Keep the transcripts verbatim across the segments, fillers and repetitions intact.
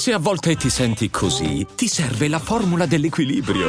Se a volte ti senti così, ti serve la formula dell'equilibrio.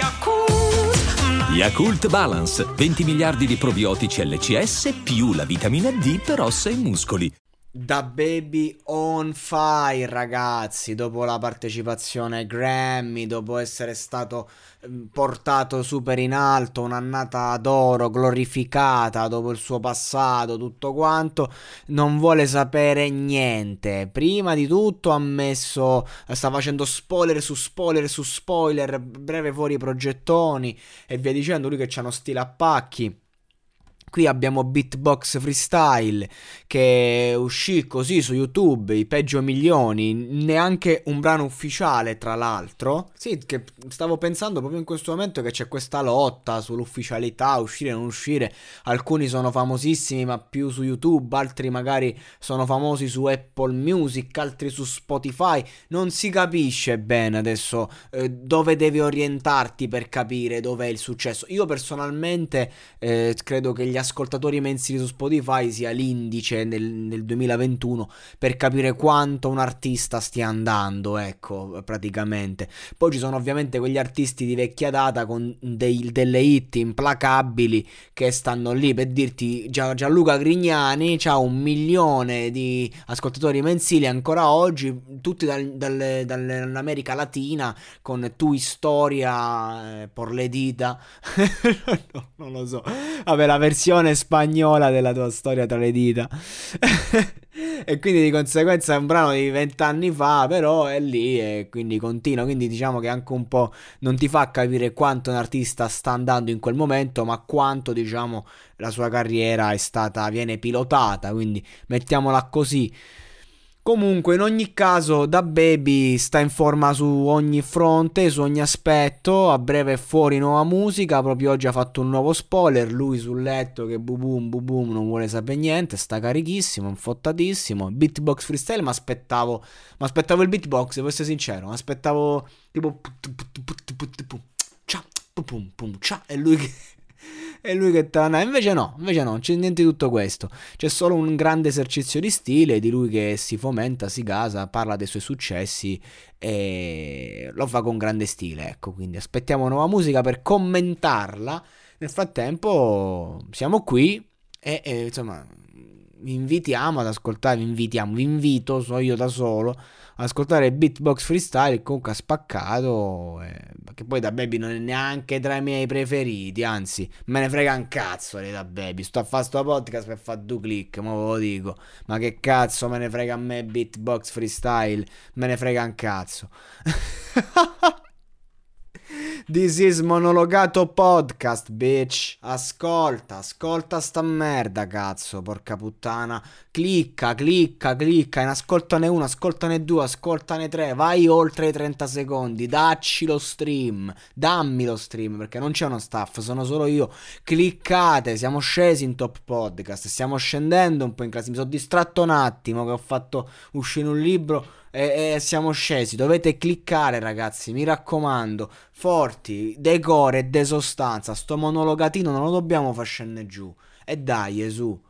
Yakult Balance, venti miliardi di probiotici L C S più la vitamina D per ossa e muscoli. DaBaby on fire, ragazzi, dopo la partecipazione ai Grammy, dopo essere stato portato super in alto, un'annata d'oro glorificata, dopo il suo passato, tutto quanto, non vuole sapere niente. Prima di tutto ha messo, sta facendo spoiler su spoiler su spoiler, breve fuori i progettoni e via dicendo, lui che c'ha uno stile a pacchi. Qui abbiamo Beatbox Freestyle che uscì così su YouTube, i peggio milioni, neanche un brano ufficiale tra l'altro. Sì, che stavo pensando proprio in questo momento che c'è questa lotta sull'ufficialità, uscire o non uscire. Alcuni sono famosissimi ma più su YouTube, altri magari sono famosi su Apple Music, altri su Spotify. Non si capisce bene adesso eh, dove devi orientarti per capire dov'è il successo. Io personalmente eh, credo che gli ascoltatori mensili su Spotify sia l'indice nel, nel duemilaventuno per capire quanto un artista stia andando, ecco, praticamente. Poi ci sono ovviamente quegli artisti di vecchia data con dei, delle hit implacabili che stanno lì, per dirti Gia, Gianluca Grignani c'ha un milione di ascoltatori mensili ancora oggi, tutti dal, dal, dall'America Latina con Tu Historia, eh, por le dita. No, non lo so, vabbè, la versione spagnola della tua storia tra le dita. E quindi di conseguenza è un brano di vent'anni fa, però è lì e quindi continua. Quindi diciamo che anche un po' non ti fa capire quanto un artista sta andando in quel momento, ma quanto, diciamo, la sua carriera è stata, viene pilotata, quindi mettiamola così. Comunque, in ogni caso, DaBaby sta in forma su ogni fronte, su ogni aspetto. A breve è fuori nuova musica. Proprio oggi ha fatto un nuovo spoiler. Lui sul letto che bu boom bu boom non vuole sapere niente. Sta carichissimo, infottatissimo. Beatbox freestyle. Ma aspettavo, ma aspettavo il beatbox, devo essere sincero. Ma aspettavo tipo e lui che E lui che torna. Invece no, invece no, non c'è niente di tutto questo. C'è solo un grande esercizio di stile, di lui che si fomenta, si gasa, parla dei suoi successi e lo fa con grande stile, ecco. Quindi aspettiamo nuova musica per commentarla. Nel frattempo siamo qui e, e insomma vi invitiamo ad ascoltare, vi invitiamo, vi invito, so io da solo, ad ascoltare Beatbox Freestyle, che comunque ha spaccato, eh, che poi DaBaby non è neanche tra i miei preferiti, anzi me ne frega un cazzo di DaBaby, sto a fare sto podcast per fare due click, ma ve lo dico, ma che cazzo me ne frega a me Beatbox Freestyle, me ne frega un cazzo. This is Monologato Podcast, bitch. Ascolta, ascolta sta merda, cazzo, porca puttana. Clicca, clicca, clicca. In ascoltane uno, ascoltane due, ascoltane tre. Vai oltre i trenta secondi. Dacci lo stream. Dammi lo stream, perché non c'è uno staff, sono solo io. Cliccate, siamo scesi in top podcast. Stiamo scendendo un po' in classe. Mi sono distratto un attimo che ho fatto uscire un libro. E, e siamo scesi, dovete cliccare, ragazzi, mi raccomando, forti, decore e de sostanza. Sto monologatino non lo dobbiamo far scendere giù. E dai, Gesù.